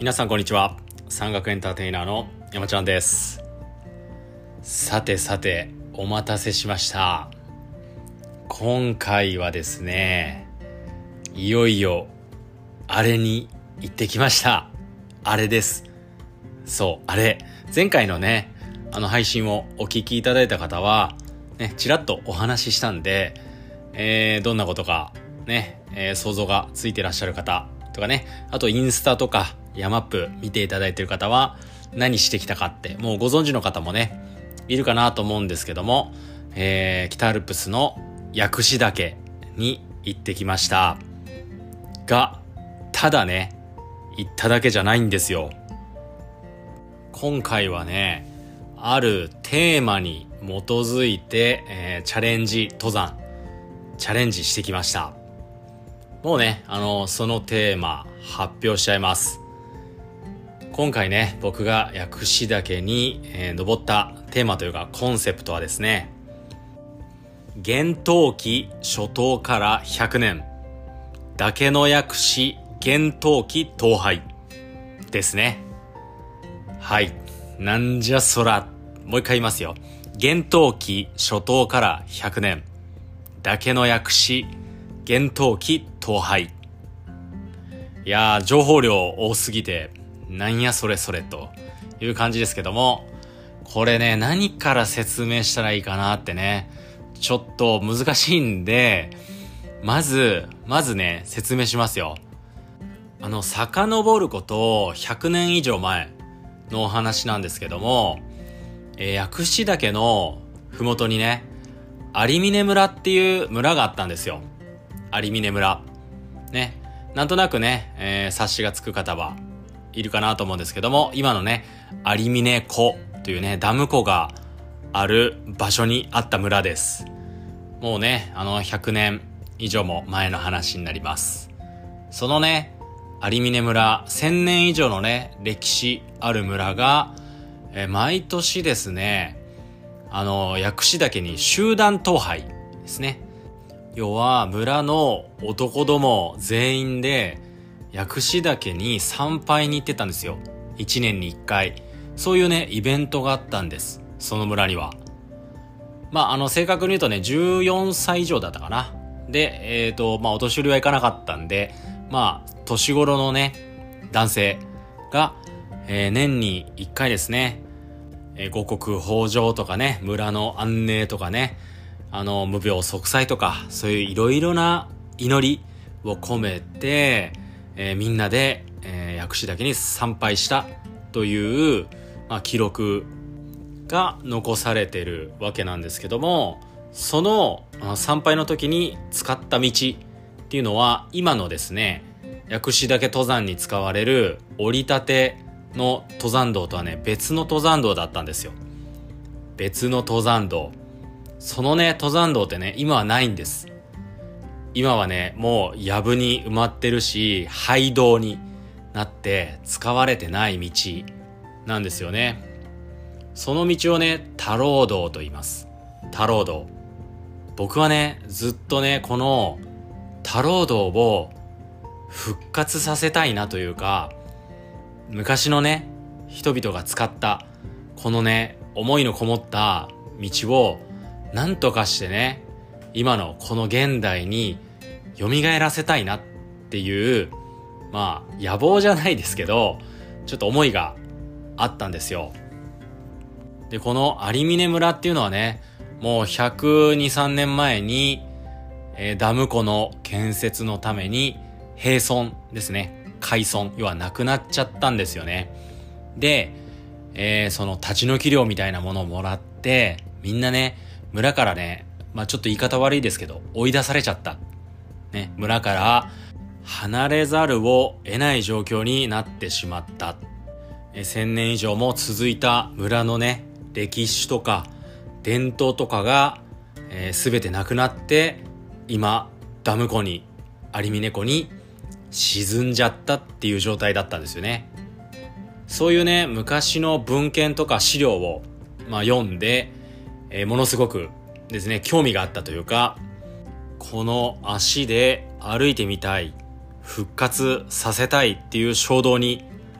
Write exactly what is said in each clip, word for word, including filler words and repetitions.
皆さんこんにちは。山岳エンターテイナーの山ちゃんです。さてさてお待たせしました。今回はですね、いよいよあれに行ってきました。あれです。そうあれ、前回のねあの配信をお聞きいただいた方はね、ちらっとお話ししたんで、えー、どんなことかね、えー、想像がついてらっしゃる方とかね、あとインスタとかヤマップ見ていただいている方は何してきたかってもうご存知の方もねいるかなと思うんですけども、えー、北アルプスの薬師岳に行ってきましたが、ただね行っただけじゃないんですよ。今回はねあるテーマに基づいて、えー、チャレンジ登山チャレンジしてきました。もうねあのそのテーマ発表しちゃいます。今回ね僕が薬師岳に、えー、登ったテーマというかコンセプトはですね、厳冬期初冬からひゃくねん岳の薬師厳冬期冬拝ですね。はい、なんじゃそら。もう一回言いますよ。厳冬期初冬からひゃくねん岳の薬師厳冬期冬拝。いやー情報量多すぎてなんやそれそれという感じですけども、これね何から説明したらいいかなってねちょっと難しいんで、まずまずね説明しますよ。あの遡ることひゃくねん以上前のお話なんですけども、えー、薬師岳のふもとにね有峰村っていう村があったんですよ。有峰村ね、なんとなくね、えー、察しがつく方はいるかなと思うんですけども、今のね有峰湖というねダム湖がある場所にあった村です。もうねあのひゃくねん以上も前の話になります。そのね有峰村、せんねん以上のね歴史ある村が、えー、毎年ですねあの薬師岳に集団登拝ですね。要は村の男ども全員で薬師岳に参拝に行ってたんですよ。いちねんにいっかいそういうねイベントがあったんです。その村にはまああの正確に言うとねじゅうよんさい以上だったかな。でえっとまあお年寄りはいかなかったんで、まあ年頃のね男性が、えー、年にいっかいですね、えー、五穀豊穣とかね村の安寧とかね、あの無病息災とかそういういろいろな祈りを込めて、えー、みんなで、えー、薬師岳に参拝したという、まあ、記録が残されてるわけなんですけども、その参拝の時に使った道っていうのは今のですね薬師岳登山に使われる折り立ての登山道とはね別の登山道だったんですよ。別の登山道、そのね登山道ってね今はないんです。今はねもう藪に埋まってるし廃道になって使われてない道なんですよね。その道をね太郎道と言います。太郎道、僕はねずっとねこの太郎道を復活させたいなというか、昔のね人々が使ったこのね思いのこもった道をなんとかしてね今のこの現代に蘇らせたいなっていうまあ野望じゃないですけどちょっと思いがあったんですよ。でこの有峰村っていうのはねもうひゃくにじゅうさんねんまえに、えー、ダム湖の建設のために閉村ですね、開村、要はなくなっちゃったんですよね。で、えー、その立ち退き料みたいなものをもらってみんなね村からね、まあちょっと言い方悪いですけど追い出されちゃったね、村から離れざるを得ない状況になってしまった。えー、せんねん以上も続いた村のね歴史とか伝統とかが、えー、全てなくなって今ダム湖に有峰湖に沈んじゃったっていう状態だったんですよね。そういうね昔の文献とか資料を、まあ、読んで、えー、ものすごくですね興味があったというか、この足で歩いてみたい、復活させたいっていう衝動に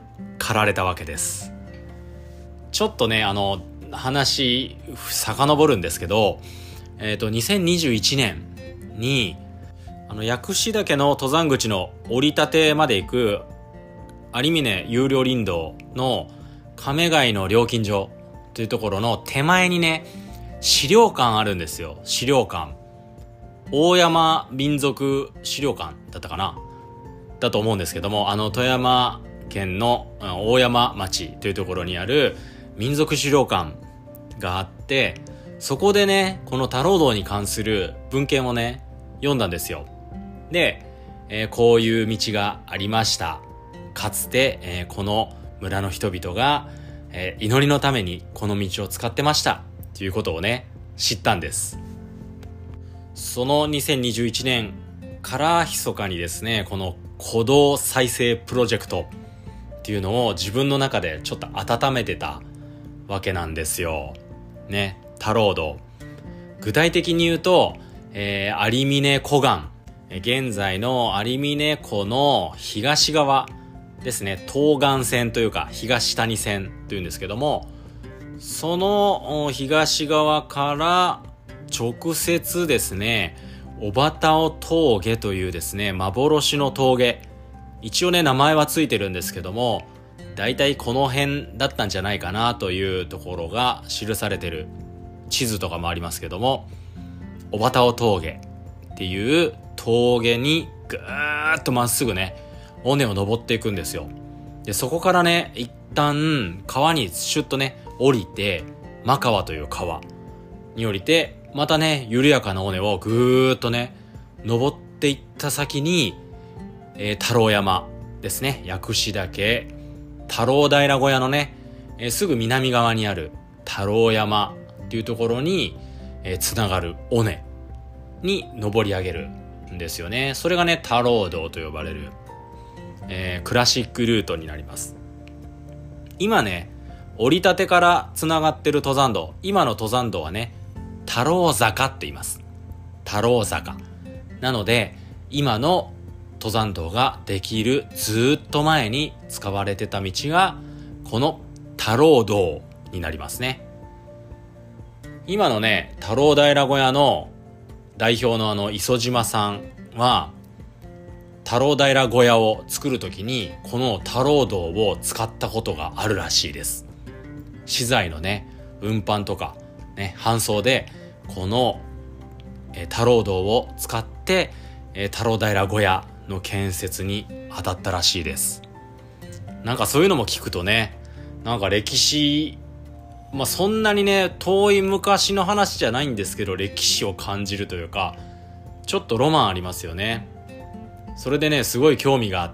狩られたわけです。ちょっとねあの話遡るんですけど、えっとにせんにじゅういちねんにあの薬師岳の登山口の折り立てまで行く有峰有料林道の亀貝の料金所というところの手前にね資料館あるんですよ。資料館、大山民族資料館だったかなだと思うんですけども、あの富山県の大山町というところにある民族資料館があって、そこでねこの太郎道に関する文献をね読んだんですよ。で、えー、こういう道がありました。かつて、えー、この村の人々が、えー、祈りのためにこの道を使ってましたということをね知ったんです。そのにせんにじゅういちねんから密かにですねこの古道再生プロジェクトっていうのを自分の中でちょっと温めてたわけなんですよね。太郎道、具体的に言うと、えー、有峰湖岸、現在の有峰湖の東側ですね、東岸線というか東谷線というんですけども、その東側から直接ですね小畑尾峠というですね幻の峠、一応ね名前はついてるんですけども、だいたいこの辺だったんじゃないかなというところが記されてる地図とかもありますけども、小畑尾峠っていう峠にぐーっとまっすぐね尾根を登っていくんですよ。でそこからね一旦川にシュッとね降りて、真川という川に降りて、またね緩やかな尾根をぐーっとね登っていった先に、えー、太郎山ですね、薬師岳太郎平小屋のね、えー、すぐ南側にある太郎山っていうところに、えー、つながる尾根に登り上げるんですよね。それがね太郎道と呼ばれる、えー、クラシックルートになります。今ね折り立てからつながってる登山道、今の登山道はね太郎坂って言います。太郎坂なので、今の登山道ができるずっと前に使われてた道がこの太郎道になりますね。今のね太郎平小屋の代表のあの磯島さんは、太郎平小屋を作るときにこの太郎道を使ったことがあるらしいです。資材のね運搬とかね搬送でこの、えー、太郎道を使って、えー、太郎平小屋の建設に当たったらしいです。なんかそういうのも聞くとね、なんか歴史、まあそんなにね遠い昔の話じゃないんですけど、歴史を感じるというかちょっとロマンありますよね。それでねすごい興味があって、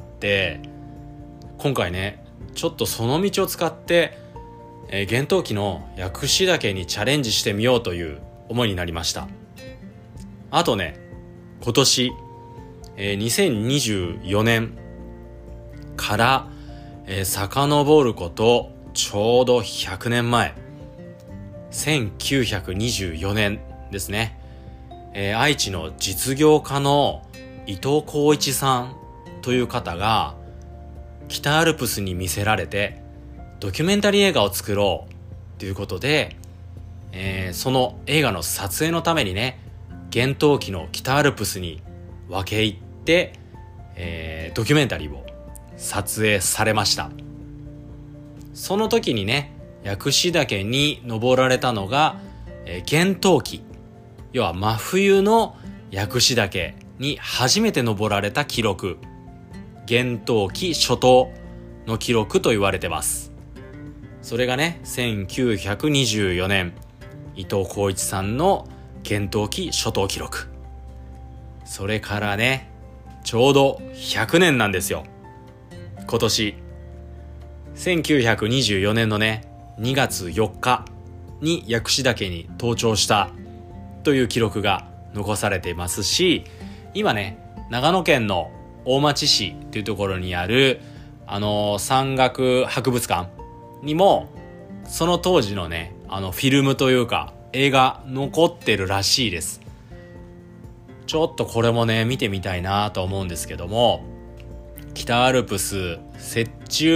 今回ねちょっとその道を使ってえー、厳冬期の薬師岳にチャレンジしてみようという思いになりました。あとね今年、えー、にせんにじゅうよねんから、えー、遡ることちょうどひゃくねんまえ、せんきゅうひゃくにじゅうよねんですね、えー、愛知の実業家の伊藤浩一さんという方が北アルプスに魅せられてドキュメンタリー映画を作ろうということで、えー、その映画の撮影のためにね厳冬期の北アルプスに分け入って、えー、ドキュメンタリーを撮影されました。その時にね薬師岳に登られたのが、えー、厳冬期、要は真冬の薬師岳に初めて登られた記録、厳冬期初冬の記録と言われてます。それがねせんきゅうひゃくにじゅうよねん伊藤浩一さんの厳冬期初冬記録。それからねちょうどひゃくねんなんですよ今年。せんきゅうひゃくにじゅうよねんのねにがつよっかに薬師岳に登頂したという記録が残されていますし、今ね長野県の大町市というところにあるあの山岳博物館にもその当時のねあのフィルムというか映画残ってるらしいです。ちょっとこれもね見てみたいなと思うんですけども、北アルプス雪中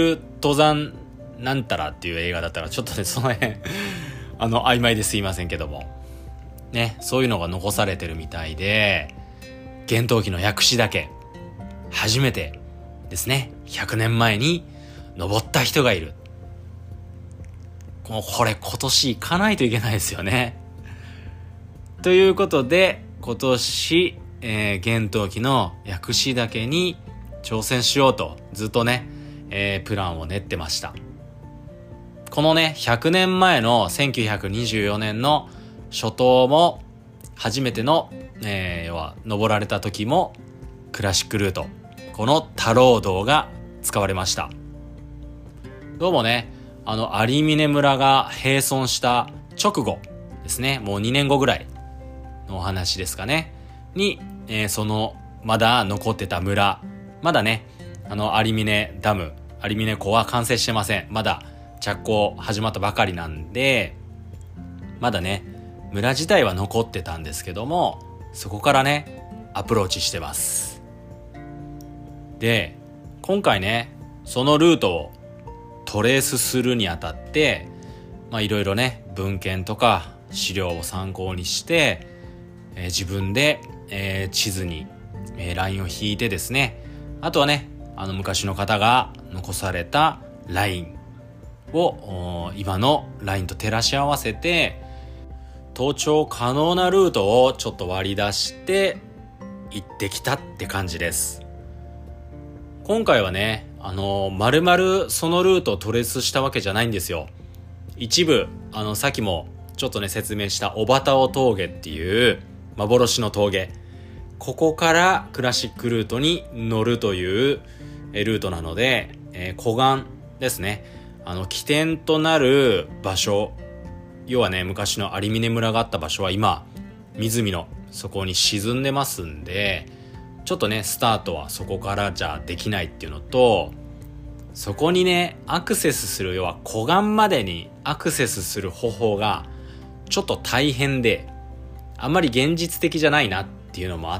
登山なんたらっていう映画だったらちょっとねその辺あの曖昧ですいませんけどもね、そういうのが残されてるみたいで、厳冬期の薬師岳初めてですねひゃくねんまえに登った人がいる。もうこれ今年行かないといけないですよね。ということで今年、えー、厳冬期の薬師岳に挑戦しようとずっとね、えー、プランを練ってました。このねひゃくねんまえのせんきゅうひゃくにじゅうよねんの初冬も初めての、えー、要は登られた時もクラシックルート、この太郎道が使われました。どうもねあの有峰村が閉村した直後ですね、もうにねんごぐらいのお話ですかねに、えー、そのまだ残ってた村、まだねあの有峰ダム有峰湖は完成してません。まだ着工始まったばかりなんでまだね村自体は残ってたんですけども、そこからねアプローチしてます。で今回ねそのルートをトレースするにあたってまあいろいろね文献とか資料を参考にして、えー、自分で、えー、地図に、えー、ラインを引いてですね、あとはねあの昔の方が残されたラインを今のラインと照らし合わせて登頂可能なルートをちょっと割り出して行ってきたって感じです。今回はねあの丸々そのルートをトレースしたわけじゃないんですよ。一部あのさっきもちょっとね説明した小畑尾峠っていう幻の峠、ここからクラシックルートに乗るというルートなので、えー、湖岸ですね、あの起点となる場所、要はね昔の有峰村があった場所は今湖の底に沈んでますんで、ちょっとねスタートはそこからじゃできないっていうのと、そこにねアクセスする、要は湖岸までにアクセスする方法がちょっと大変であんまり現実的じゃないなっていうのもあって、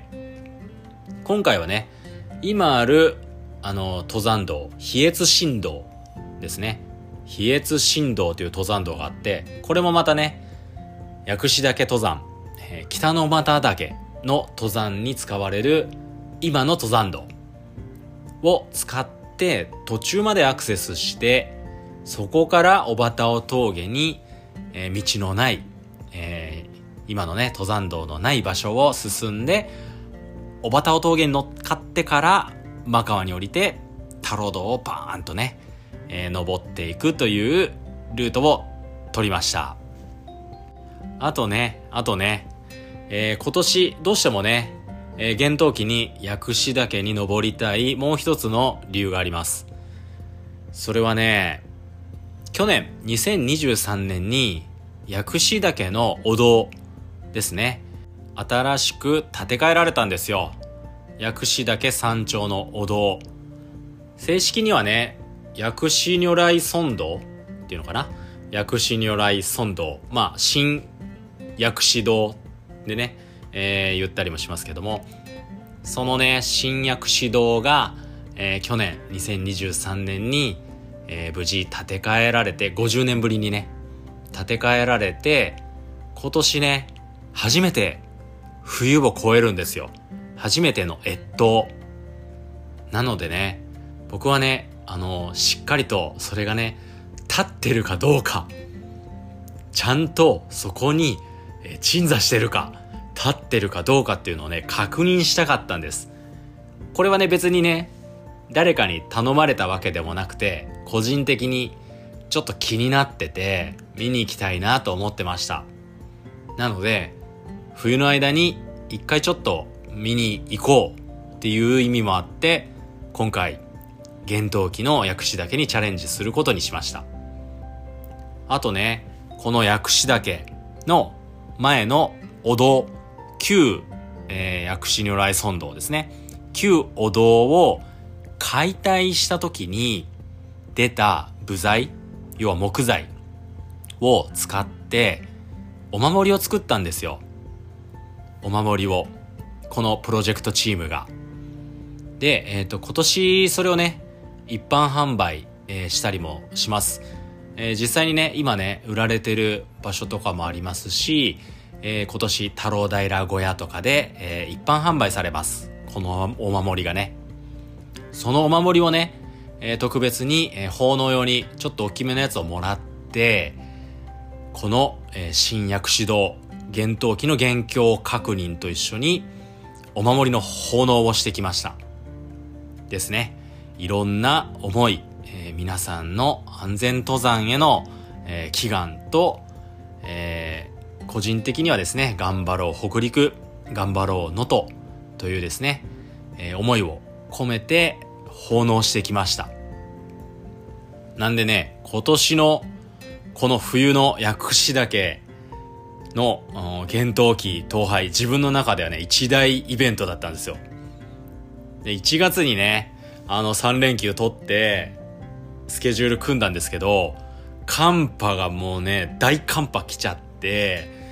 今回はね今あるあの登山道比越新道ですね、比越新道という登山道があって、これもまたね薬師岳登山、えー、北の俣岳の登山に使われる今の登山道を使って途中までアクセスして、そこから小畑尾峠に、えー、道のない、えー、今のね登山道のない場所を進んで小畑尾峠に乗っかってから真川に降りて太郎道をバーンとね、えー、登っていくというルートを取りました。あとねあとね、えー、今年どうしてもね、えー、厳冬期に薬師岳に登りたいもう一つの理由があります。それはね、去年にせんにじゅうさんねんに薬師岳のお堂ですね、新しく建て替えられたんですよ。薬師岳山頂のお堂、正式にはね薬師如来尊堂っていうのかな、薬師如来尊堂、まあ新薬師堂でね、えー、言ったりもしますけども、そのね新薬師堂が、えー、去年にせんにじゅうさんねんに、えー、無事建て替えられて、ごじゅうねんぶりにね建て替えられて、今年ね初めて冬を越えるんですよ。初めての越冬なのでね、僕はねあのしっかりとそれがね立ってるかどうか、ちゃんとそこに鎮座してるか立ってるかどうかっていうのをね確認したかったんです。これはね別にね誰かに頼まれたわけでもなくて、個人的にちょっと気になってて見に行きたいなと思ってました。なので冬の間に一回ちょっと見に行こうっていう意味もあって、今回厳冬期の薬師岳にチャレンジすることにしました。あとねこの薬師岳の前のお堂、旧、えー、薬師如来尊堂ですね、旧お堂を解体した時に出た部材、要は木材を使ってお守りを作ったんですよ。お守りをこのプロジェクトチームがで、えーと、今年それをね一般販売えー、したりもします。えー、実際にね今ね売られてる場所とかもありますし、えー、今年太郎平小屋とかで、えー、一般販売されます。このお守りがね、そのお守りをね、えー、特別に、えー、奉納用にちょっと大きめのやつをもらって、この、えー、新薬師堂厳冬期の元凶確認と一緒にお守りの奉納をしてきましたですね。いろんな思い、えー、皆さんの安全登山への、えー、祈願と、えー、個人的にはですね、頑張ろう北陸、頑張ろう能登というですね、えー、思いを込めて奉納してきました。なんでね、今年のこの冬の薬師岳の厳冬期登拝、自分の中ではね一大イベントだったんですよ。でいちがつにねあのさん連休取ってスケジュール組んだんですけど、寒波がもうね大寒波来ちゃって、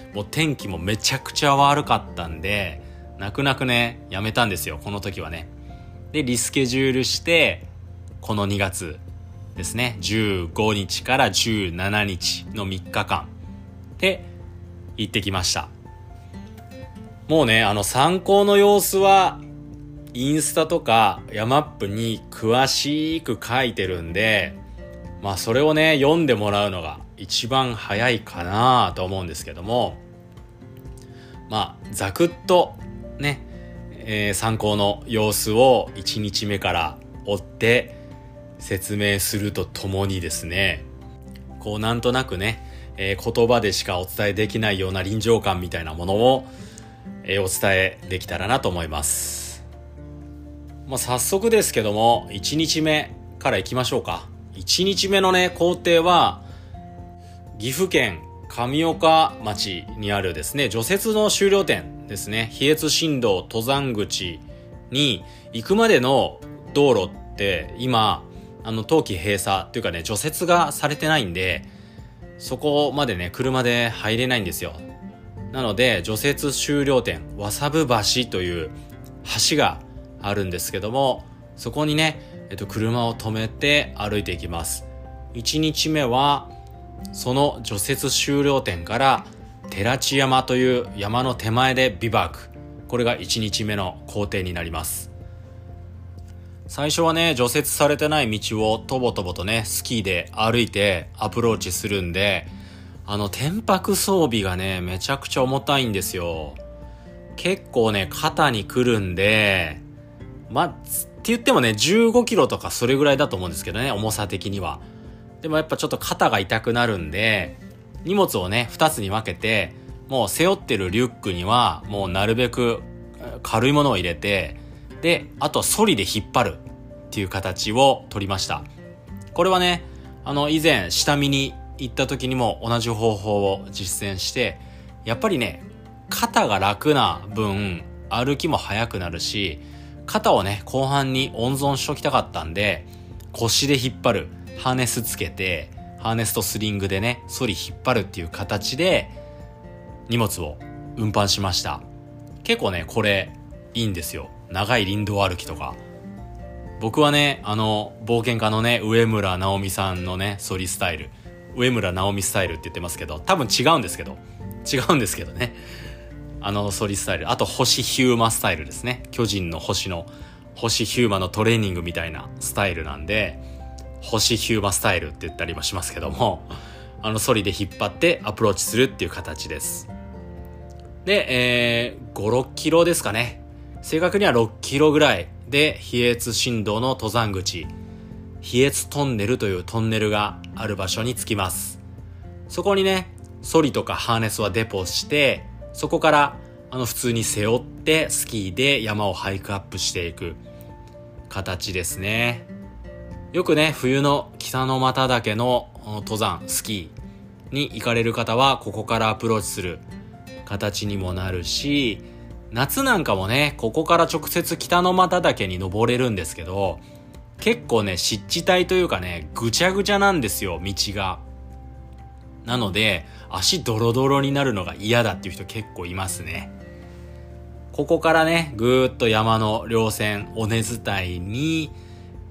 もう天気もめちゃくちゃ悪かったんで泣く泣くねやめたんですよ、この時はね。でリスケジュールしてこのにがつですね、じゅうごにちからじゅうしちにちのみっかかんで行ってきました。もうねあの参考の様子はインスタとかヤマップに詳しく書いてるんで、まあそれをね読んでもらうのが一番早いかなと思うんですけども、まあざくっとね、えー、参考の様子をいちにちめから追って説明するとともにですね、こうなんとなくね、えー、言葉でしかお伝えできないような臨場感みたいなものを、えー、お伝えできたらなと思います。まあ、早速ですけどもいちにちめから行きましょうか。いちにちめのね行程は岐阜県上岡町にあるですね除雪の終了点ですね、比越新道登山口に行くまでの道路って今あの冬季閉鎖というかね除雪がされてないんで、そこまでね車で入れないんですよ。なので除雪終了点わさぶ橋という橋があるんですけども、そこにね、えっと、車を止めて歩いていきます。いちにちめはその除雪終了点から寺地山という山の手前でビバーク、これがいちにちめの行程になります。最初はね除雪されてない道をとぼとぼとねスキーで歩いてアプローチするんで、あの天白装備がねめちゃくちゃ重たいんですよ。結構ね肩にくるんで、まあって言ってもねじゅうごキロとかそれぐらいだと思うんですけどね、重さ的には。でもやっぱちょっと肩が痛くなるんで、荷物をねふたつに分けて、もう背負ってるリュックにはもうなるべく軽いものを入れて、であとはソリで引っ張るっていう形を取りました。これはねあの以前下見に行った時にも同じ方法を実践して、やっぱりね肩が楽な分歩きも速くなるし、肩をね後半に温存しときたかったんで、腰で引っ張る、ハーネスつけてハーネスとスリングでねソリ引っ張るっていう形で荷物を運搬しました。結構ねこれいいんですよ、長い林道歩きとか。僕はねあの冒険家のね上村直美さんのねソリスタイル、上村直美スタイルって言ってますけど、多分違うんですけど違うんですけどね、あのソリスタイル、あと星ヒューマスタイルですね、巨人の星の星ヒューマのトレーニングみたいなスタイルなんで星ヒューマスタイルって言ったりもしますけども、あのソリで引っ張ってアプローチするっていう形です。で、えー、ご、ろっキロですかね、正確にはろっキロぐらいで比越新道の登山口、比越トンネルというトンネルがある場所に着きます。そこにねソリとかハーネスはデポして、そこからあの普通に背負ってスキーで山をハイクアップしていく形ですね。よくね冬の北の又岳の登山スキーに行かれる方はここからアプローチする形にもなるし、夏なんかもねここから直接北の又岳に登れるんですけど、結構ね湿地帯というかねぐちゃぐちゃなんですよ道が。なので足ドロドロになるのが嫌だっていう人結構いますね。ここからねぐーっと山の稜線尾根伝いに、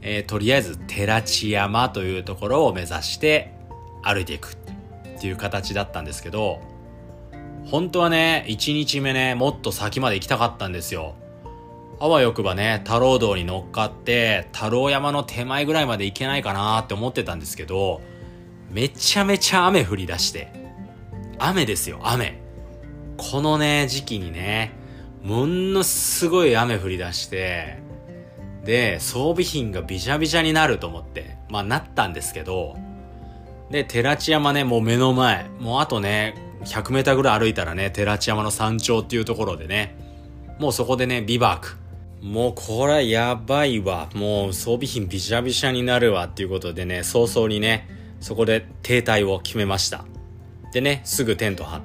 えー、とりあえず寺地山というところを目指して歩いていくっていう形だったんですけど、本当はねいちにちめねもっと先まで行きたかったんですよ。あわよくばね太郎道に乗っかって太郎山の手前ぐらいまで行けないかなって思ってたんですけど、めちゃめちゃ雨降り出して、雨ですよ雨。このね時期にねものすごい雨降り出して、で装備品がびしゃびしゃになると思って、まあなったんですけど、で寺地山ねもう目の前、もうあとねひゃくメーターぐらい歩いたらね寺地山の山頂っていうところでね、もうそこでねビバーク、もうこれやばいわ、もう装備品びしゃびしゃになるわっていうことでね、早々にねそこで停滞を決めました。でねすぐテント張って、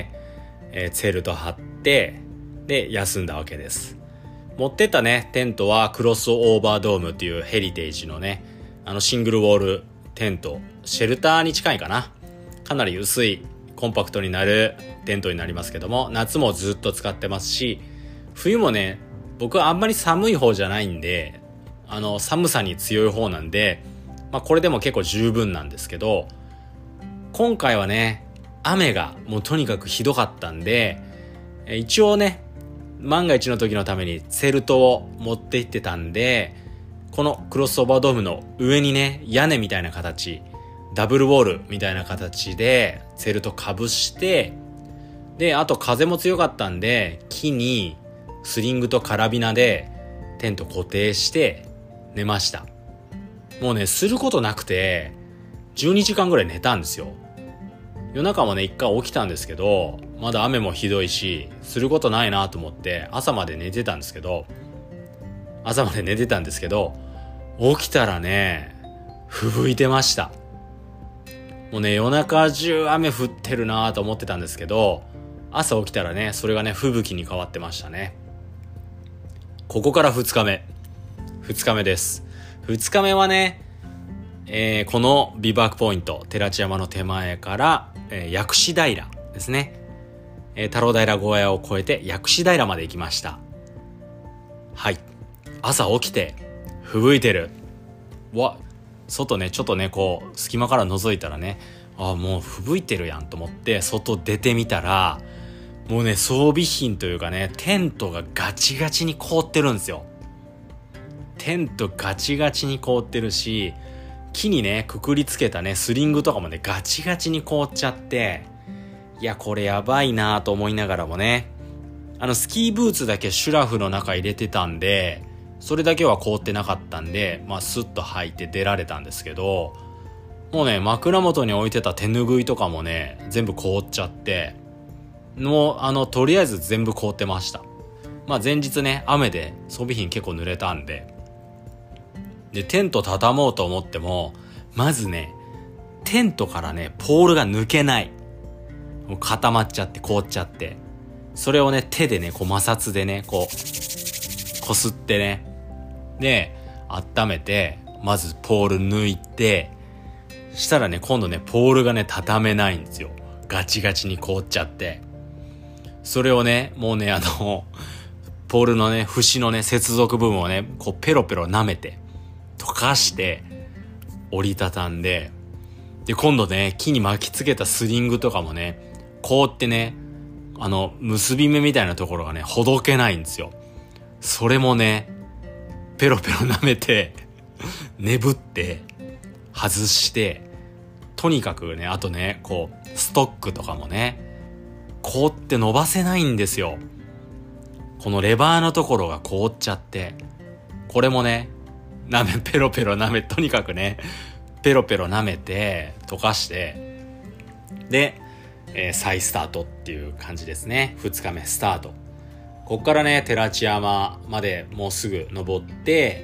えー、ツェルト張ってで休んだわけです。持ってったねテントはクロスオーバードームっていうヘリテージのねあのシングルウォールテント、シェルターに近いかな、かなり薄いコンパクトになるテントになりますけども、夏もずっと使ってますし、冬もね僕はあんまり寒い方じゃないんで、あの寒さに強い方なんで、まあこれでも結構十分なんですけど、今回はね雨がもうとにかくひどかったんで、一応ね万が一の時のためにツェルトを持って行ってたんで、このクロスオーバードームの上にね屋根みたいな形、ダブルウォールみたいな形でツェルトかぶして、であと風も強かったんで木にスリングとカラビナでテント固定して寝ました。もうねすることなくてじゅうにじかんぐらい寝たんですよ。夜中もね一回起きたんですけど、まだ雨もひどいしすることないなと思って朝まで寝てたんですけど朝まで寝てたんですけど起きたらね吹雪いてました。もうね夜中中雨降ってるなと思ってたんですけど、朝起きたらねそれがね吹雪に変わってましたね。ここからふつかめふつかめです。ふつかめはね、えー、このビバークポイント寺地山の手前から、えー、薬師平ですね、えー、太郎平小屋を越えて薬師平まで行きました。はい、朝起きて吹雪いてるわ、外ねちょっとねこう隙間から覗いたらね、あもう吹雪いてるやんと思って外出てみたら、もうね装備品というかねテントがガチガチに凍ってるんですよ。テントガチガチに凍ってるし、木にねくくりつけたねスリングとかもねガチガチに凍っちゃって、いやこれやばいなと思いながらもね、あのスキーブーツだけシュラフの中入れてたんでそれだけは凍ってなかったんで、まあスッと履いて出られたんですけど、もうね枕元に置いてた手ぬぐいとかもね全部凍っちゃって、もうあのとりあえず全部凍ってました。まあ前日ね雨で装備品結構濡れたんで、でテント畳もうと思ってもまずねテントからねポールが抜けない、もう固まっちゃって凍っちゃって、それをね手でねこう摩擦でねこうこすってね、で温めてまずポール抜いて、したらね今度ねポールがね畳めないんですよ。ガチガチに凍っちゃって、それをねもうねあのポールのね節のね接続部分をねこうペロペロ舐めて溶かして折りたたんで、で今度ね木に巻きつけたスリングとかもね凍ってね、あの結び目みたいなところがねほどけないんですよ。それもねペロペロ舐めて眠って外して、とにかくねあとねこうストックとかもね凍って伸ばせないんですよ。このレバーのところが凍っちゃって、これもね舐めペロペロ舐め、とにかくねペロペロ舐めて溶かして、で、えー、再スタートっていう感じですね。ふつかめスタート。こっからね寺地山までもうすぐ登って、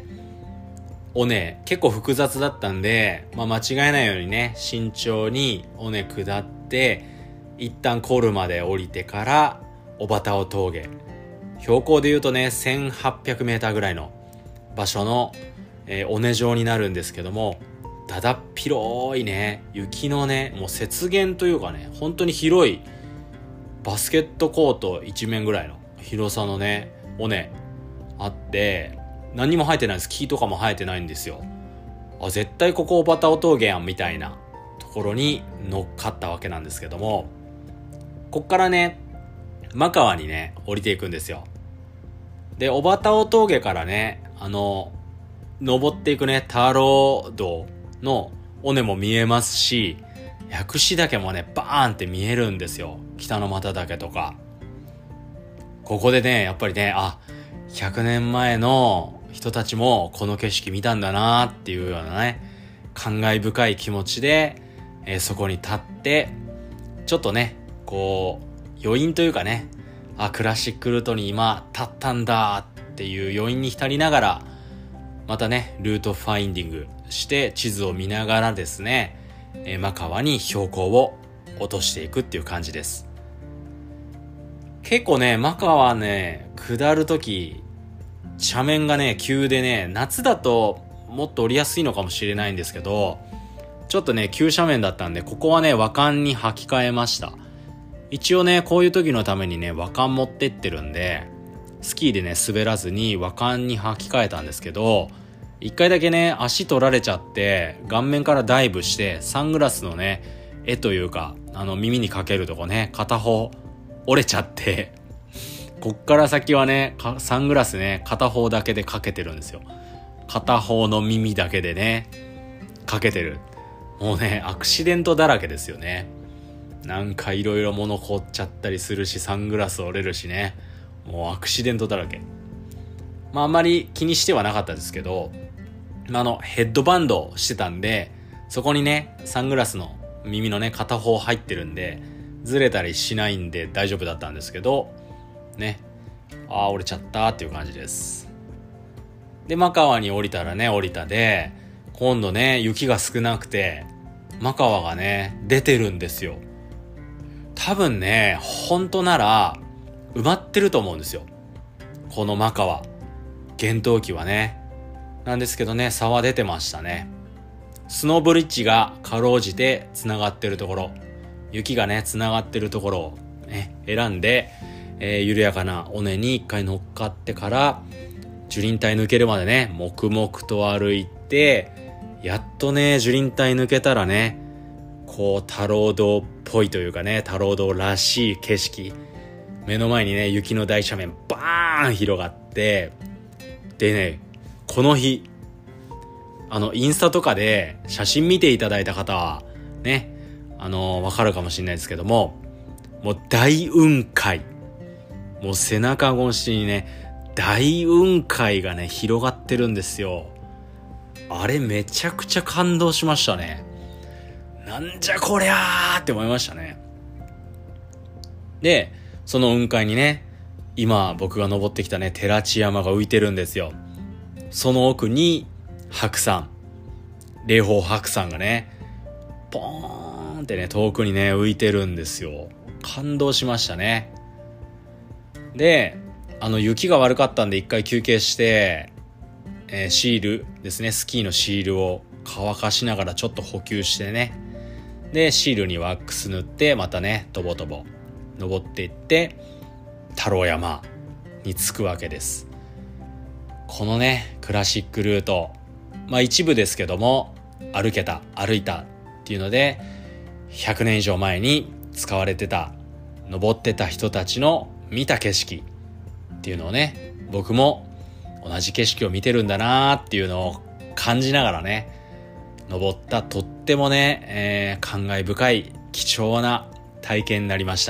尾根結構複雑だったんで、まあ、間違えないようにね慎重に尾根下って、一旦コルまで降りてから小畑尾峠、標高でいうとねせんはっぴゃくメーターぐらいの場所の、えー、尾根状になるんですけども、だだっ広いね雪のねもう雪原というかね、本当に広いバスケットコート一面ぐらいの広さのね尾根あって、 何にも生えてないです。木とかも生えてないんですよ。あ、絶対ここ小畑尾峠やんみたいなところに乗っかったわけなんですけども、こっからね真川にね降りていくんですよ。で小畑尾峠からね、あの登っていくね太郎道の尾根も見えますし、薬師岳もねバーンって見えるんですよ。北の又岳とか。ここでねやっぱりね、あ、ひゃくねんまえの人たちもこの景色見たんだなっていうようなね感慨深い気持ちで、えー、そこに立ってちょっとねこう余韻というかね、あ、クラシックルートに今立ったんだっていう余韻に浸りながら、またねルートファインディングして地図を見ながらですね、えー、真川に標高を落としていくっていう感じです。結構ね真川はね下るとき斜面がね急でね、夏だともっと降りやすいのかもしれないんですけど、ちょっとね急斜面だったんで、ここはね和漢に履き替えました。一応ねこういう時のためにね和漢持ってってるんで、スキーでね滑らずに和漢に履き替えたんですけど、一回だけね足取られちゃって顔面からダイブしてサングラスのね絵というか、あの耳にかけるとこね片方折れちゃって、こっから先はねサングラスね片方だけでかけてるんですよ。片方の耳だけでねかけてる。もうねアクシデントだらけですよね。なんかいろいろ物凍っちゃったりするし、サングラス折れるしね、もうアクシデントだらけ。まああんまり気にしてはなかったですけど、まあ、あのヘッドバンドしてたんで、そこにねサングラスの耳のね片方入ってるんでずれたりしないんで大丈夫だったんですけどね、あー折れちゃったっていう感じです。で真川に降りたらね降りたで、今度ね雪が少なくて真川がね出てるんですよ。多分ね本当なら埋まってると思うんですよ、この真川。厳冬期はねなんですけどね、差は出てましたね。スノーブリッジがかろうじてつながってるところ、雪がねつながってるところを、ね、選んで、えー、緩やかな尾根に一回乗っかってから樹林帯抜けるまでね黙々と歩いて、やっとね樹林帯抜けたらねこう太郎道っぽいというかね、太郎道らしい景色、目の前にね雪の大斜面バーン広がって、でねこの日あのインスタとかで写真見ていただいた方はねあのわかるかもしれないですけども、もう大雲海、もう背中越しにね大雲海がね広がってるんですよ。あれめちゃくちゃ感動しましたね。なんじゃこりゃーって思いましたね。でその雲海にね今僕が登ってきたね寺地山が浮いてるんですよ。その奥に白山、霊峰白山がねポーンってね遠くにね浮いてるんですよ。感動しましたね。であの雪が悪かったんで一回休憩して、えー、シールですね、スキーのシールを乾かしながらちょっと補給してね、でシールにワックス塗ってまたねとぼとぼ登っていって太郎山に着くわけです。このねクラシックルート、まあ一部ですけども歩けた歩いたっていうのでひゃくねん以上前に使われてた登ってた人たちの見た景色っていうのをね、僕も同じ景色を見てるんだなーっていうのを感じながらね登った、とってもね、えー、感慨深い貴重な体験になりました。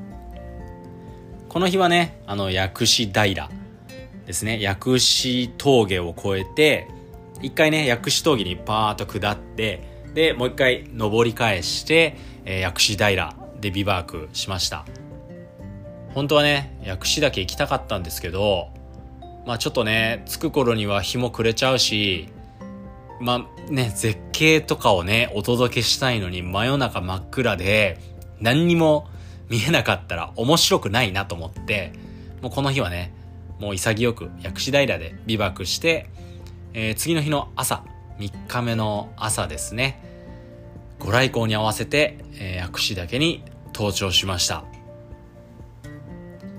この日はねあの薬師平ですね、薬師峠を越えて一回ね薬師峠にパーッと下って、でもう一回登り返して、えー、薬師平でビバークしました。本当はね薬師岳行きたかったんですけど、まあちょっとね着く頃には日も暮れちゃうし、まあね絶景とかをねお届けしたいのに真夜中真っ暗で何にも見えなかったら面白くないなと思って、もうこの日はねもう潔く薬師平でビバークして、えー、次の日の朝みっかめの朝ですね、ご来光に合わせて、えー、薬師岳に登頂しました。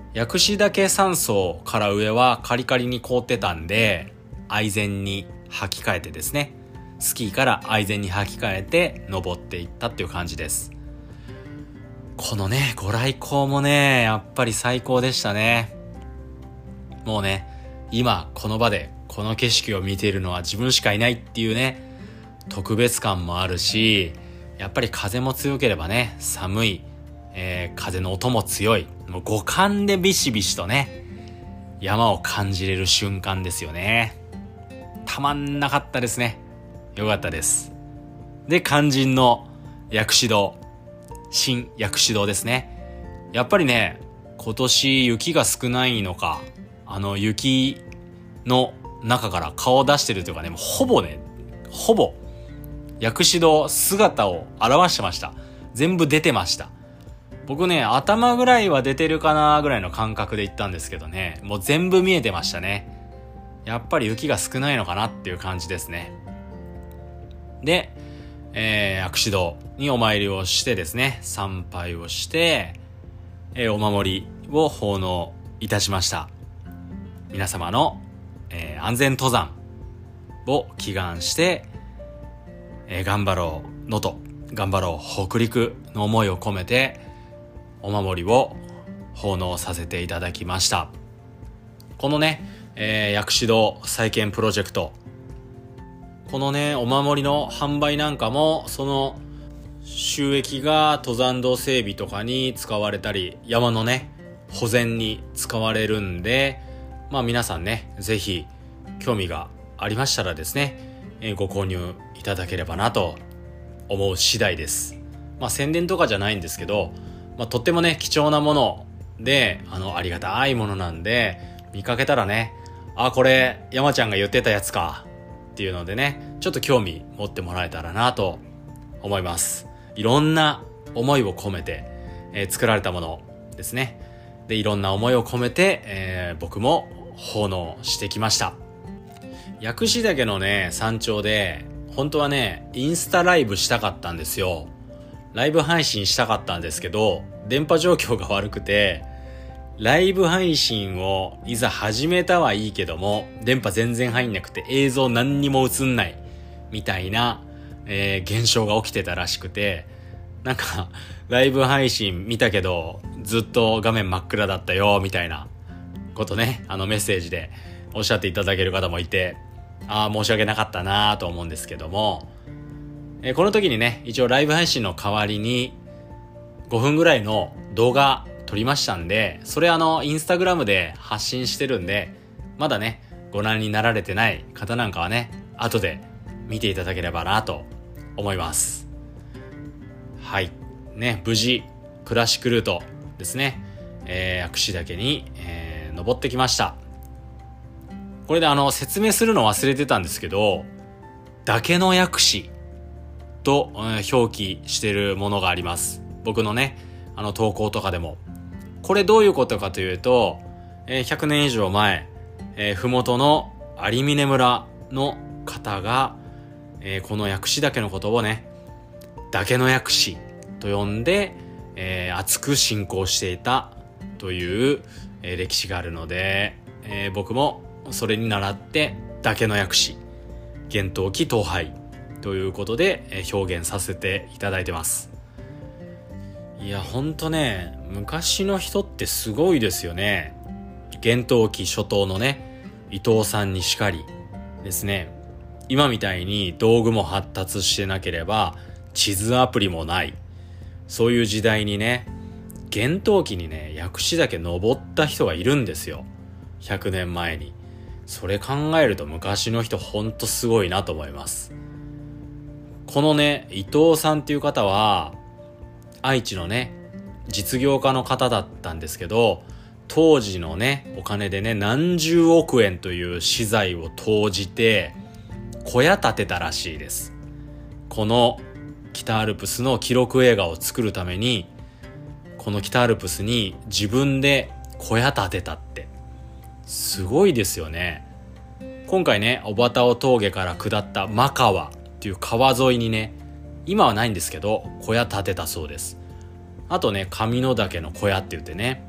薬師岳山荘から上はカリカリに凍ってたんで、愛染に履き替えてですね、スキーから愛染に履き替えて登っていったっていう感じです。このね、ご来光もね、やっぱり最高でしたね。もうね、今この場でこの景色を見ているのは自分しかいないっていうね、特別感もあるし、やっぱり風も強ければね、寒い、えー、風の音も強い、もう五感でビシビシとね、山を感じれる瞬間ですよね。たまんなかったですね。よかったです。で、肝心の薬師堂、新薬師堂ですね。やっぱりね、今年雪が少ないのか、あの雪の中から顔を出してるというかね、もうほぼね、ほぼ薬師堂姿を現してました。全部出てました。僕ね、頭ぐらいは出てるかなぐらいの感覚で行ったんですけどね、もう全部見えてましたね。やっぱり雪が少ないのかなっていう感じですね。で、えー、薬師堂にお参りをしてですね、参拝をして、えー、お守りを奉納いたしました。皆様の、えー、安全登山を祈願して、えー、頑張ろう能登、頑張ろう北陸の思いを込めてお守りを奉納させていただきました。このね、えー、薬師堂再建プロジェクト、このねお守りの販売なんかもその収益が登山道整備とかに使われたり、山のね保全に使われるんで、まあ皆さんね、ぜひ興味がありましたらですね、えー、ご購入いただければなと思う次第です。まあ宣伝とかじゃないんですけど、まあとってもね貴重なもので、あのありがたいものなんで、見かけたらね、あ、これ山ちゃんが言ってたやつかっていうのでね、ちょっと興味持ってもらえたらなと思います。いろんな思いを込めて、えー、作られたものですね。で、いろんな思いを込めて、えー、僕も奉納してきました。薬師岳のね山頂で本当はねインスタライブしたかったんですよ。ライブ配信したかったんですけど、電波状況が悪くて、ライブ配信をいざ始めたはいいけども、電波全然入んなくて映像何にも映んないみたいな、えー、現象が起きてたらしくて、なんかライブ配信見たけどずっと画面真っ暗だったよみたいなことね、あのメッセージでおっしゃっていただける方もいて、ああ申し訳なかったなと思うんですけども、えー、この時にね一応ライブ配信の代わりにごふんぐらいの動画撮りましたんで、それあのインスタグラムで発信してるんで、まだねご覧になられてない方なんかはね後で見ていただければなと思います。はいね、無事クラシックルートですね、えー、薬師岳に、えー、登ってきました。これであの説明するの忘れてたんですけど、岳の薬師と、えー、表記してるものがあります。僕のねあの投稿とかでも。これどういうことかというと、えー、ひゃくねん以上前、えー、麓の有峰村の方が、えー、この薬師岳のことをね岳の薬師と呼んで、えー、熱く信仰していたという、えー、歴史があるので、えー、僕もそれに倣って岳の薬師厳冬期東拝ということで、えー、表現させていただいてます。いやほんとね、昔の人ってすごいですよね。厳冬期初頭のね伊藤さんにしかりですね、今みたいに道具も発達してなければ地図アプリもない、そういう時代にね厳冬期にね薬師岳登った人がいるんですよ、ひゃくねんまえに。それ考えると昔の人ほんとすごいなと思います。このね伊藤さんっていう方は愛知のね実業家の方だったんですけど、当時のねお金でね何十億円という資材を投じて小屋建てたらしいです。この北アルプスの記録映画を作るために、この北アルプスに自分で小屋建てたってすごいですよね。今回ね小畑尾峠から下った真川っていう川沿いにね、今はないんですけど小屋建てたそうです。あとね上野岳の小屋って言ってね、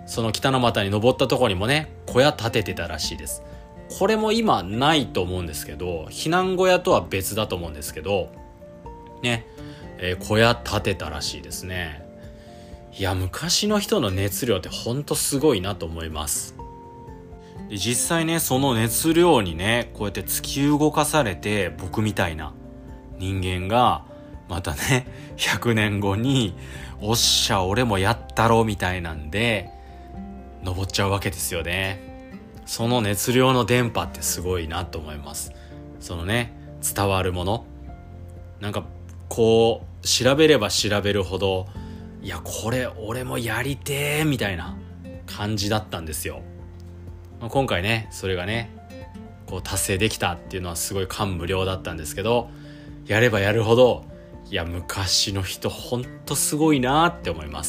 その北の俣に登ったところにもね、小屋建ててたらしいです。これも今ないと思うんですけど、避難小屋とは別だと思うんですけど、ね、えー、小屋建てたらしいですね。いや、昔の人の熱量ってほんとすごいなと思います。で、実際ね、その熱量にね、こうやって突き動かされて、僕みたいな人間が、またね、ひゃくねんごに、おっしゃ、俺もやったろ、みたいなんで、登っちゃうわけですよね。その熱量の電波ってすごいなと思います。そのね、伝わるもの。なんか、こう、調べれば調べるほど、いや、これ、俺もやりてー、みたいな感じだったんですよ。今回ね、それがね、こう達成できたっていうのはすごい感無量だったんですけど、やればやるほど、いや、昔の人ほんとすごいなって思います。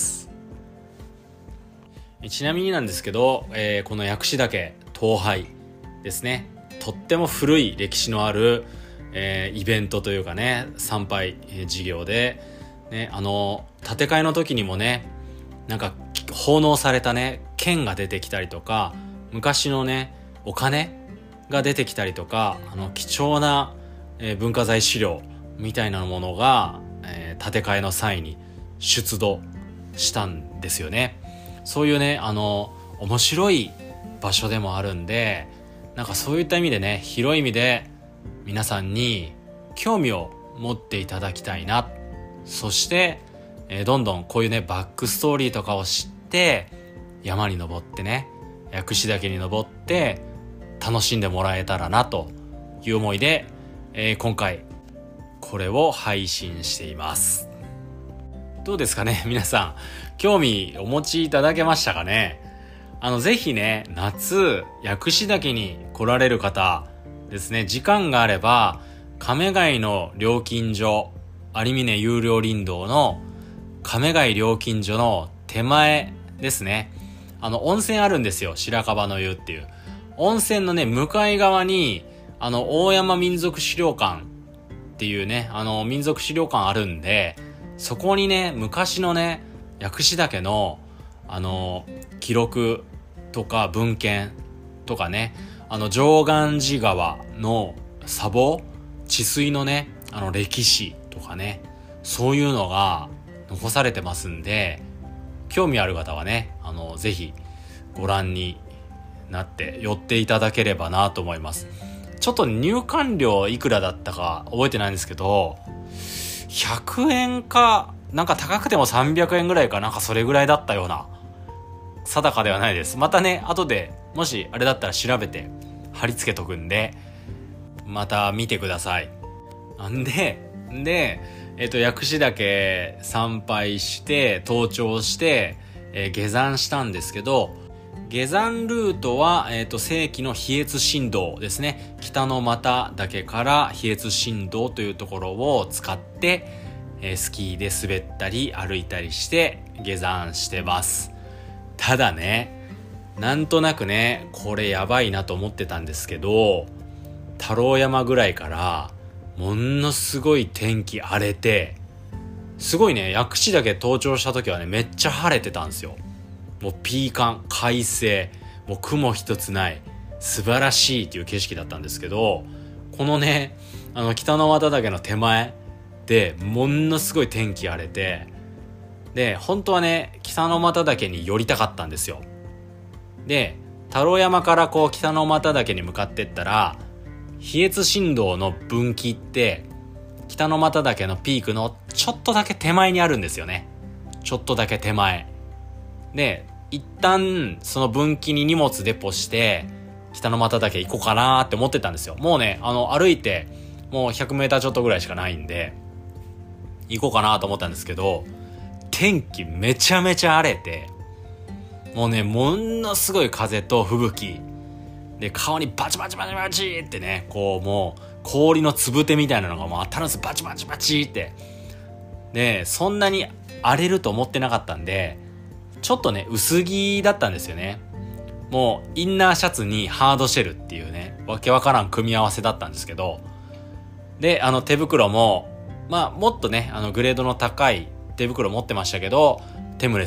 ちなみになんですけど、えー、この薬師岳登拝ですね、とっても古い歴史のある、えー、イベントというかね、参拝、えー、事業で、ね、あの建て替えの時にもね、なんか奉納されたね剣が出てきたりとか、昔のねお金が出てきたりとか、あの貴重な、えー、文化財資料みたいなものが、えー、建て替えの際に出土したんですよね。そういうね、あの面白い場所でもあるんで、なんかそういった意味でね、広い意味で皆さんに興味を持っていただきたいな。そして、えー、どんどんこういうねバックストーリーとかを知って、山に登ってね、薬師岳に登って楽しんでもらえたらなという思いで、えー、今回これを配信しています。どうですかね、皆さん興味お持ちいただけましたかね。あのぜひね、夏薬師岳に来られる方ですね、時間があれば亀ヶ井の料金所、有峰有料林道の亀ヶ井料金所の手前ですね、あの温泉あるんですよ、白樺の湯っていう温泉のね向かい側に、あの大山民族資料館っていうね、あの民族資料館あるんで、そこにね昔のね薬師岳のあの記録とか文献とかね、あの常願寺川の砂防治水のね、あの歴史とかね、そういうのが残されてますんで、興味ある方はね、あのぜひご覧になって寄っていただければなと思います。ちょっと入館料いくらだったか覚えてないんですけど、ひゃくえんかなんか高くてもさんびゃくえんぐらいかなんか、それぐらいだったような、定かではないです。またね後でもしあれだったら調べて貼り付けとくんで、また見てください。んででえっと薬師岳参拝して登頂して、えー、下山したんですけど、下山ルートは、えっと正規の比越新道ですね、北の俣岳から比越新道というところを使って、えー、スキーで滑ったり歩いたりして下山してます。ただね、なんとなくねこれやばいなと思ってたんですけど、太郎山ぐらいからものすごい天気荒れて、すごいね、薬師岳登頂した時はねめっちゃ晴れてたんですよ。もうピーカン快晴、もう雲一つない素晴らしいっていう景色だったんですけど、このねあの北の俣岳の手前でものすごい天気荒れて、で本当はね北の俣岳に寄りたかったんですよ。で太郎山からこう北の俣岳に向かってったら、比越新道の分岐って北の俣岳のピークのちょっとだけ手前にあるんですよね。ちょっとだけ手前で、一旦その分岐に荷物デポして北の俣岳行こうかなって思ってたんですよ。もうねあの歩いてもうひゃくメーターちょっとぐらいしかないんで行こうかなと思ったんですけど、天気めちゃめちゃ荒れて、もうねものすごい風と吹雪で、顔にバチバチバチバチってね、こうもう氷のつぶてみたいなのがもう当たるんです。バチバチバチって。でそんなに荒れると思ってなかったんで、ちょっとね薄着だったんですよね。もうインナーシャツにハードシェルっていうね、わけわからん組み合わせだったんですけど、であの手袋もまあもっとねあのグレードの高い手袋持ってましたけど、テムレス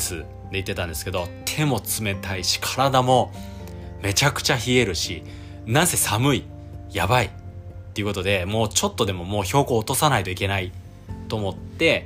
言ってたんですけど、手も冷たいし体もめちゃくちゃ冷えるし、なぜ寒い、やばいっていうことで、もうちょっとでももう標高を落とさないといけないと思って、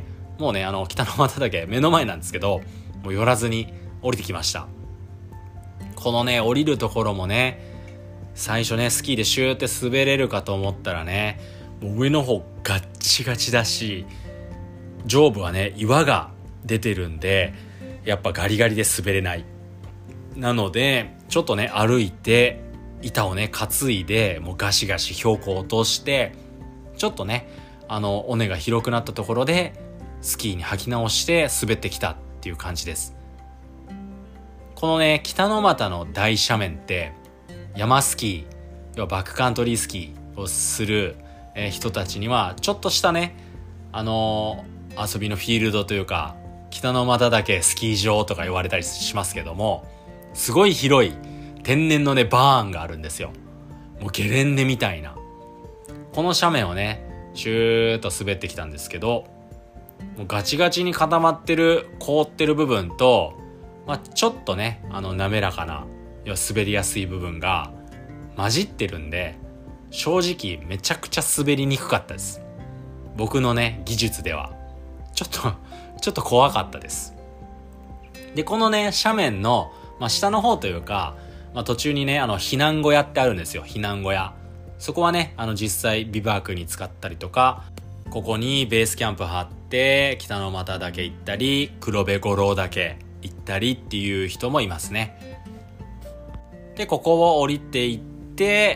もうねあの北の俣岳目の前なんですけど、もう寄らずに降りてきました。このね降りるところもね、最初ねスキーでシューって滑れるかと思ったらね、もう上の方ガッチガチだし、上部はね岩が出てるんでやっぱガリガリで滑れない。なのでちょっとね歩いて板をね担いで、もうガシガシ標高を落として、ちょっとねあの尾根が広くなったところでスキーに履き直して滑ってきたっていう感じです。このね北の俣の大斜面って山スキー、要はバックカントリースキーをする人たちにはちょっとしたねあの遊びのフィールドというか、北の俣岳スキー場とか言われたりしますけども、すごい広い天然のねバーンがあるんですよ。もうゲレンデみたいなこの斜面をねシューッと滑ってきたんですけど、もうガチガチに固まってる凍ってる部分と、まあ、ちょっとねあの滑らかな、要は滑りやすい部分が混じってるんで、正直めちゃくちゃ滑りにくかったです。僕のね技術ではちょっとちょっと怖かったです。でこのね斜面の、まあ、下の方というか、まあ、途中にねあの避難小屋ってあるんですよ。避難小屋、そこはねあの実際ビバークに使ったりとか、ここにベースキャンプ張って北の俣岳行ったり黒部五郎岳行ったりっていう人もいますね。でここを降りていって、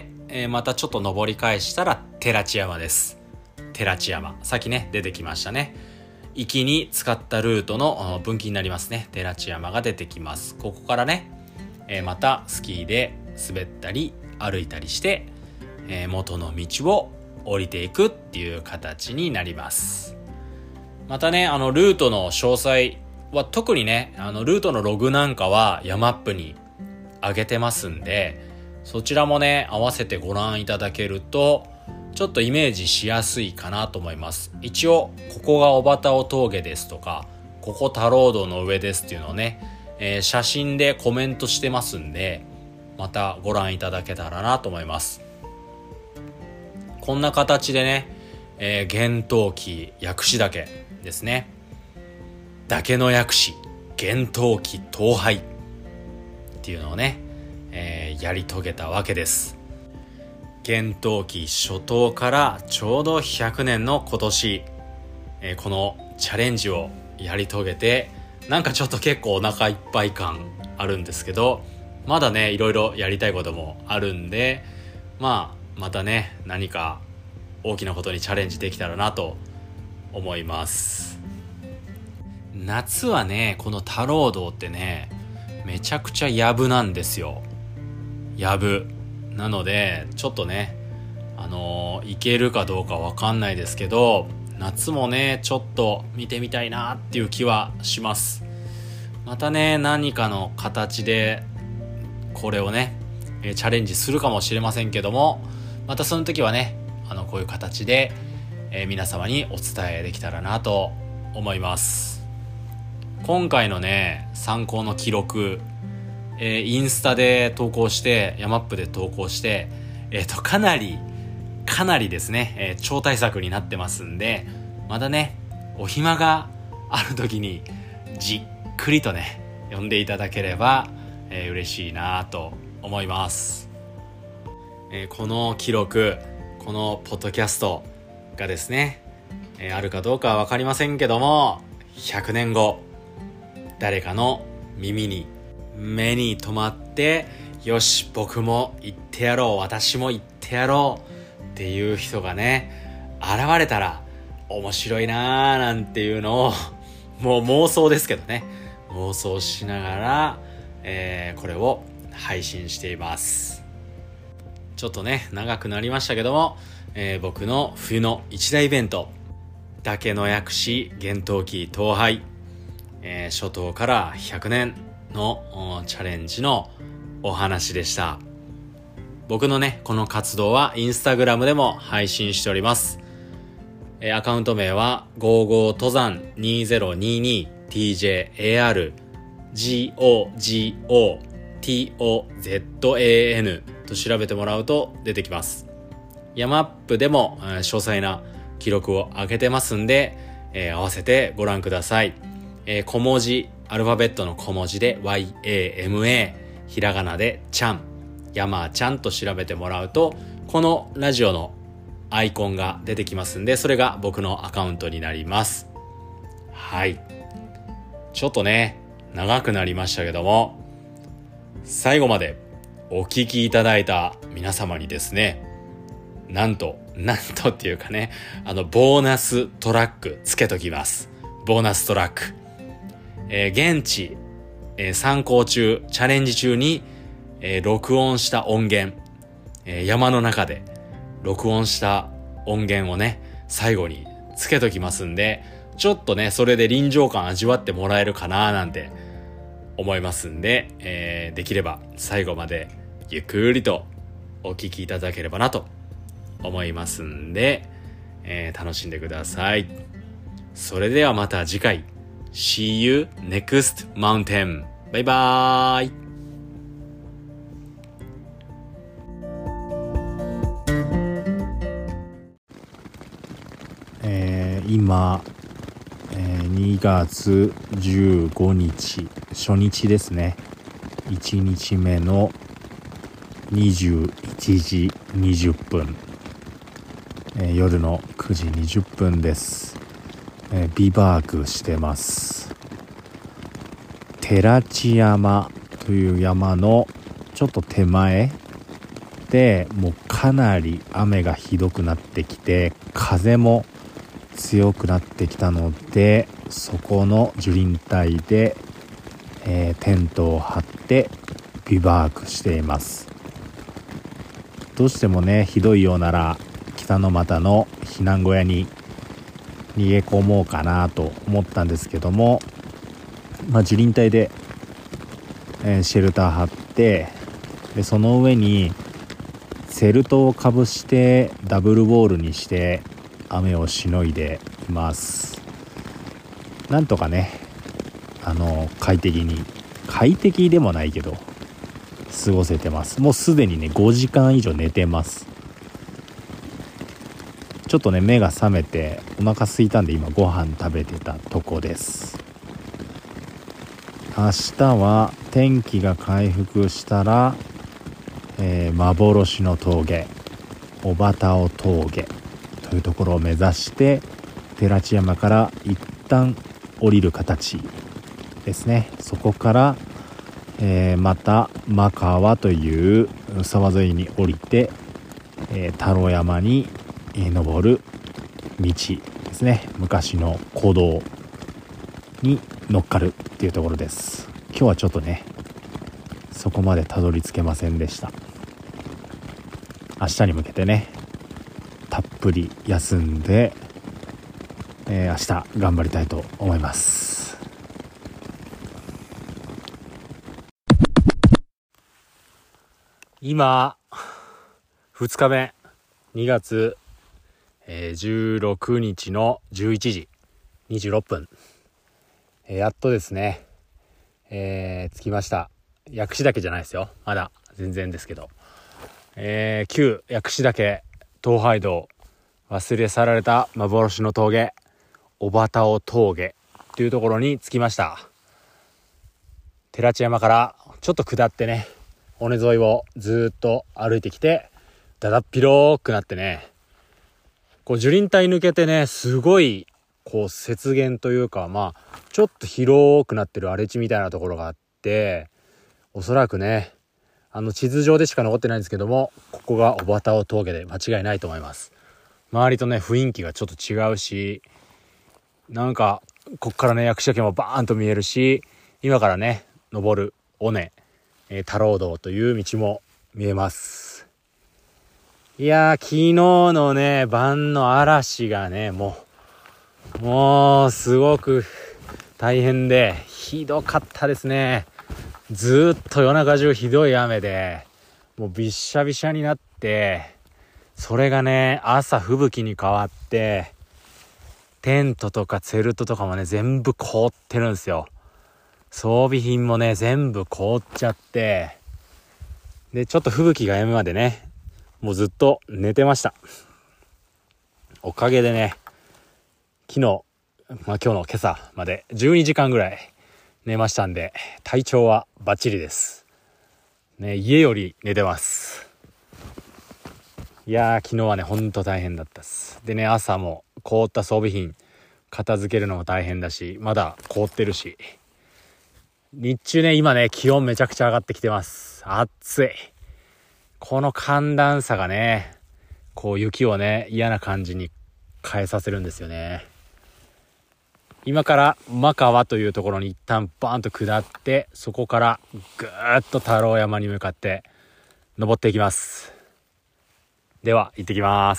えー、またちょっと登り返したら寺地山です。寺地山、さっきね出てきましたね。行きに使ったルートの分岐になりますね。寺地山が出てきます。ここからね、えー、またスキーで滑ったり歩いたりして、えー、元の道を降りていくっていう形になります。またねあのルートの詳細は特にねあのルートのログなんかはヤマップに上げてますんで、そちらもね合わせてご覧いただけるとちょっとイメージしやすいかなと思います。一応ここが小畑尾峠ですとか、ここ太郎道の上ですっていうのをね、えー、写真でコメントしてますんで、またご覧いただけたらなと思います。こんな形でね、えー、厳冬期薬師岳ですね。岳の薬師厳冬期冬拝っていうのをね、えー、やり遂げたわけです。厳冬期初冬からちょうどひゃくねんの今年、えー、このチャレンジをやり遂げて、なんかちょっと結構お腹いっぱい感あるんですけど、まだねいろいろやりたいこともあるんで、まあまたね何か大きなことにチャレンジできたらなと思います。夏はねこの太郎道ってねめちゃくちゃやぶなんですよ。やぶなのでちょっとねあのー、行けるかどうかわかんないですけど、夏もねちょっと見てみたいなっていう気はします。またね何かの形でこれをねチャレンジするかもしれませんけども、またその時はねあのこういう形で、えー、皆様にお伝えできたらなと思います。今回のね参考の記録、えー、インスタで投稿してヤマップで投稿して、えー、とかなりかなりですね、えー、超大作になってますんで、またねお暇がある時にじっくりとね読んでいただければ、えー、嬉しいなと思います。えー、この記録、このポッドキャストがですね、えー、あるかどうかは分かりませんけども、ひゃくねんご誰かの耳に目に留まって、よし僕も言ってやろう、私も言ってやろうっていう人がね現れたら面白いなーなんていうのをもう妄想ですけどね、妄想しながら、えー、これを配信しています。ちょっとね長くなりましたけども、えー、僕の冬の一大イベント岳の薬師厳冬期冬拝、えー、初冬からひゃくねんのチャレンジのお話でした。僕のねこの活動はインスタグラムでも配信しております。えー、アカウント名はごじゅうご登山にせんにじゅうに ティージェーエーアールジーオージーオーティーオーゼットエーエヌ と調べてもらうと出てきます。ヤマップでも詳細な記録を上げてますんで、えー、合わせてご覧ください。えー、小文字、アルファベットの小文字で ワイエーエムエー、 ひらがなでちゃん、ヤマーちゃんと調べてもらうと、このラジオのアイコンが出てきますんで、それが僕のアカウントになります。はい。ちょっとね、長くなりましたけども、最後までお聞きいただいた皆様にですね、なんと、なんとっていうかね、あの、ボーナストラックつけときます。ボーナストラック。えー、現地、えー、参考中、チャレンジ中に、えー、録音した音源、えー、山の中で録音した音源をね、最後につけときますんで、ちょっとね、それで臨場感味わってもらえるかななんて思いますんで、えー、できれば最後までゆっくりとお聞きいただければなと思いますんで、えー、楽しんでください。それではまた次回。See you next mountain. バイバーイ。 えー、今、えー、にがつじゅうごにち初日ですね。いちにちめのにじゅういちじにじゅっぷん、えー、夜のくじにじゅっぷんです。えー、ビバークしてます。寺地山という山のちょっと手前で、もうかなり雨がひどくなってきて、風も強くなってきたので、そこの樹林帯で、えー、テントを張ってビバークしています。どうしてもね、ひどいようなら北の俣の避難小屋に逃げ込もうかなと思ったんですけども、まあ、樹林帯で、えー、シェルター張って、でその上にセルトをかぶしてダブルウォールにして雨をしのいでいます。なんとかね、あの快適に、快適でもないけど過ごせてます。もうすでにねごじかん以上寝てます。ちょっとね目が覚めてお腹空いたんで今ご飯食べてたとこです。明日は天気が回復したら、えー、幻の峠、小畑尾峠というところを目指して寺地山から一旦降りる形ですね。そこから、えー、また真川という沢沿いに降りて、えー、太郎山に、えー、登る道ですね。昔の古道に乗っかるっていうところです。今日はちょっとねそこまでたどり着けませんでした。明日に向けてねたっぷり休んで、えー、明日頑張りたいと思います。 今ふつかめ、にがつじゅうろくにちのじゅういちじにじゅうろっぷん、えー、やっとですね、えー、着きました。薬師岳じゃないですよ、まだ全然ですけど、えー、旧薬師岳東海道、忘れ去られた幻の峠、小畑尾峠というところに着きました。寺地山からちょっと下ってね、尾根沿いをずっと歩いてきて、だだっ広くなってね、こう樹林帯抜けてね、すごいこう雪原というか、まあちょっと広くなってる荒れ地みたいなところがあって、おそらくね、あの地図上でしか残ってないんですけども、ここが小畑尾峠で間違いないと思います。周りとね雰囲気がちょっと違うし、なんかこっからね薬師岳もバーンと見えるし、今からね登る尾根、えー、太郎道という道も見えます。いやー、昨日のね晩の嵐がね、もうもうすごく大変でひどかったですね。ずっと夜中中ひどい雨で、もうびっしゃびしゃになって、それがね朝吹雪に変わって、テントとかツェルトとかもね全部凍ってるんですよ。 装備品もね全部凍っちゃって、でちょっと吹雪が止むまでねもうずっと寝てました。おかげでね昨日、まあ今日の今朝までじゅうにじかんぐらい寝ましたんで、体調はバッチリですね。家より寝てます。いやー昨日はねほんと大変だったっす。でね、朝も凍った装備品片付けるのも大変だし、まだ凍ってるし、日中ね今ね気温めちゃくちゃ上がってきてます。暑い。この寒暖差がねこう雪をね嫌な感じに変えさせるんですよね。今からマカワというところに一旦バーンと下って、そこからぐーっと太郎山に向かって登っていきます。では行ってきます。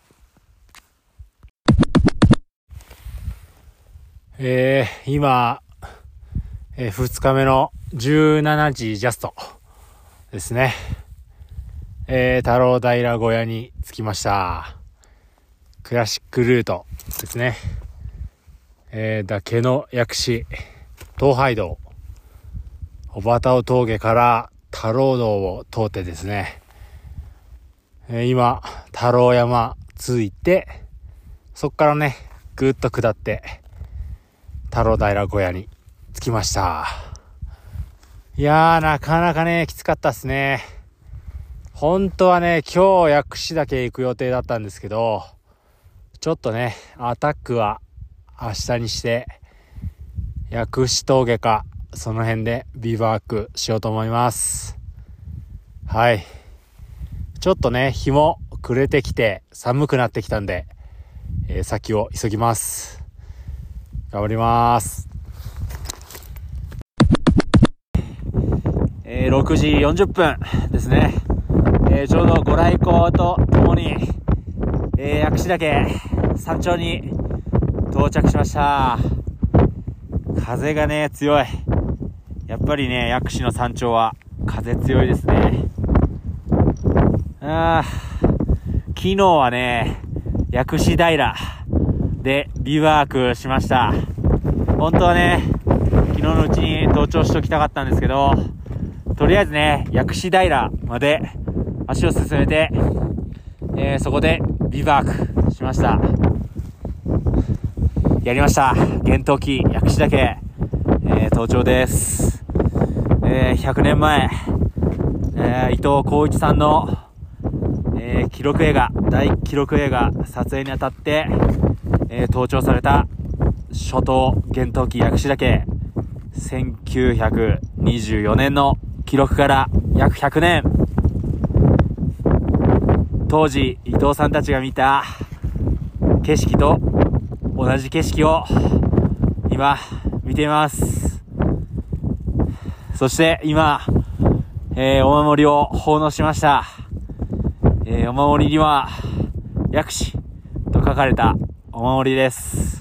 えー、今、えー、ふつかめのじゅうしちじジャストですね。えー、太郎平小屋に着きました。クラシックルートですね。えー、嶽の薬師東海道小畑尾峠から太郎道を通ってですね、えー、今太郎山着いて、そっからねぐーっと下って太郎平小屋に着きました。いやーなかなかねきつかったっすね。本当はね今日薬師岳行く予定だったんですけど、ちょっとねアタックは明日にして薬師峠かその辺でビバークしようと思います。はい、ちょっとね日も暮れてきて寒くなってきたんで、えー、先を急ぎます。頑張ります。えー、ろくじよんじゅっぷんですね。えー、ちょうどご来光とともに、えー、薬師岳山頂に到着しました。風がね強い。やっぱりね薬師の山頂は風強いですね。あー昨日はね薬師平でビワークしました。本当はね昨日のうちに登頂しておきたかったんですけど、とりあえずね薬師平まで足を進めて、えー、そこでビバークしました。やりました。厳冬期薬師岳、えー、登頂です。えー、ひゃくねんまえ、えー、伊藤浩一さんの、えー、記録映画大記録映画撮影にあたって、えー、登頂された初冬厳冬期薬師岳、せんきゅうひゃくにじゅうよねんの記録から約ひゃくねん。当時伊藤さんたちが見た景色と同じ景色を今見ています。そして今、えー、お守りを奉納しました。えー、お守りには薬師と書かれたお守りです。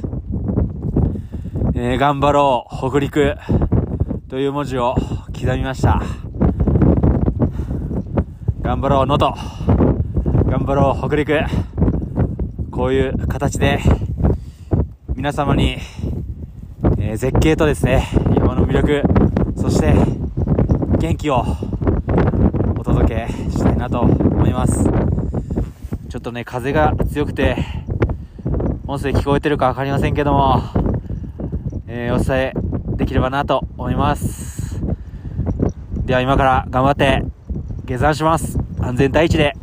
えー、頑張ろう北陸という文字を刻みました。頑張ろう能登、頑張ろう北陸、こういう形で皆様に、えー、絶景とですね山の魅力、そして元気をお届けしたいなと思います。ちょっとね風が強くて音声聞こえてるか分かりませんけども、えー、お伝えできればなと思います。では今から頑張って下山します。安全第一で